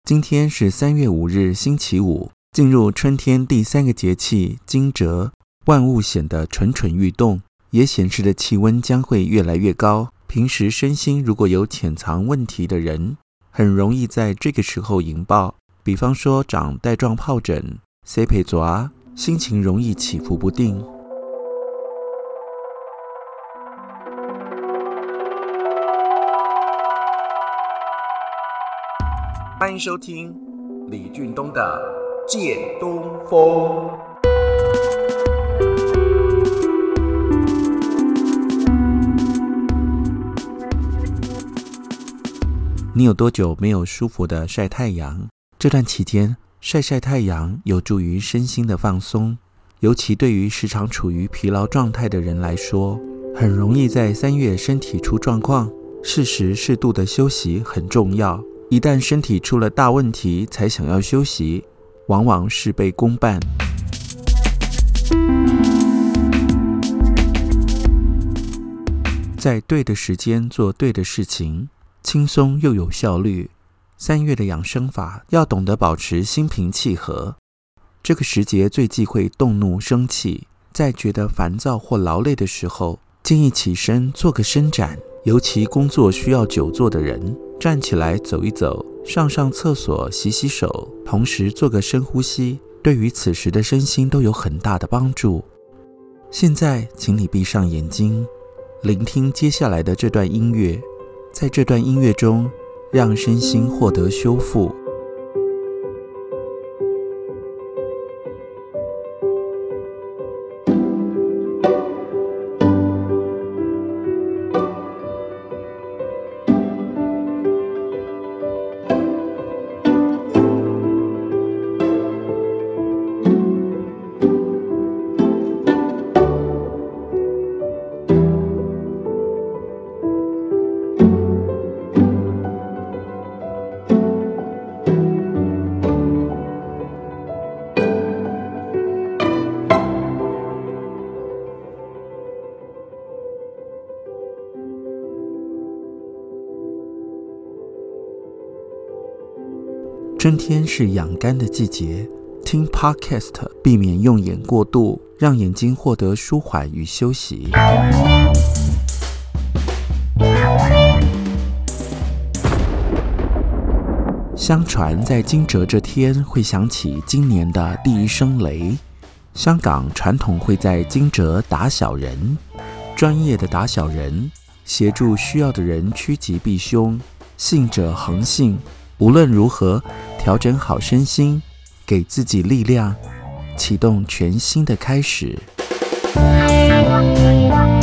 今天是3月5日星期五，进入春天第3个节气惊蛰，万物显得蠢蠢欲动，也显示的气温将会越来越高。平时身心如果有潜藏问题的人，很容易在这个时候引爆，比方说长带状疱疹、洗皮蛇，心情容易起伏不定。欢迎收听李俊东的《借东风》。你有多久没有舒服的晒太阳？这段期间晒太阳有助于身心的放松，尤其对于时常处于疲劳状态的人来说，很容易在3月身体出状况。适时适度的休息很重要，一旦身体出了大问题才想要休息，往往事倍功半。在对的时间做对的事情，轻松又有效率。3月的养生法要懂得保持心平气和。这个时节最忌讳动怒生气，在觉得烦躁或劳累的时候，建议起身做个伸展，尤其工作需要久坐的人，站起来走一走，上厕所洗手，同时做个深呼吸，对于此时的身心都有很大的帮助。现在请你闭上眼睛，聆听接下来的这段音乐，在这段音乐中让身心获得修复。春天是养肝的季节，听 Podcast 避免用眼过度，让眼睛获得舒缓与休息。相传在惊蛰这天会响起今年的第一声雷。香港传统会在惊蛰打小人，专业的打小人协助需要的人趋吉避凶，信者恒信。无论如何，调整好身心，给自己力量，启动全新的开始。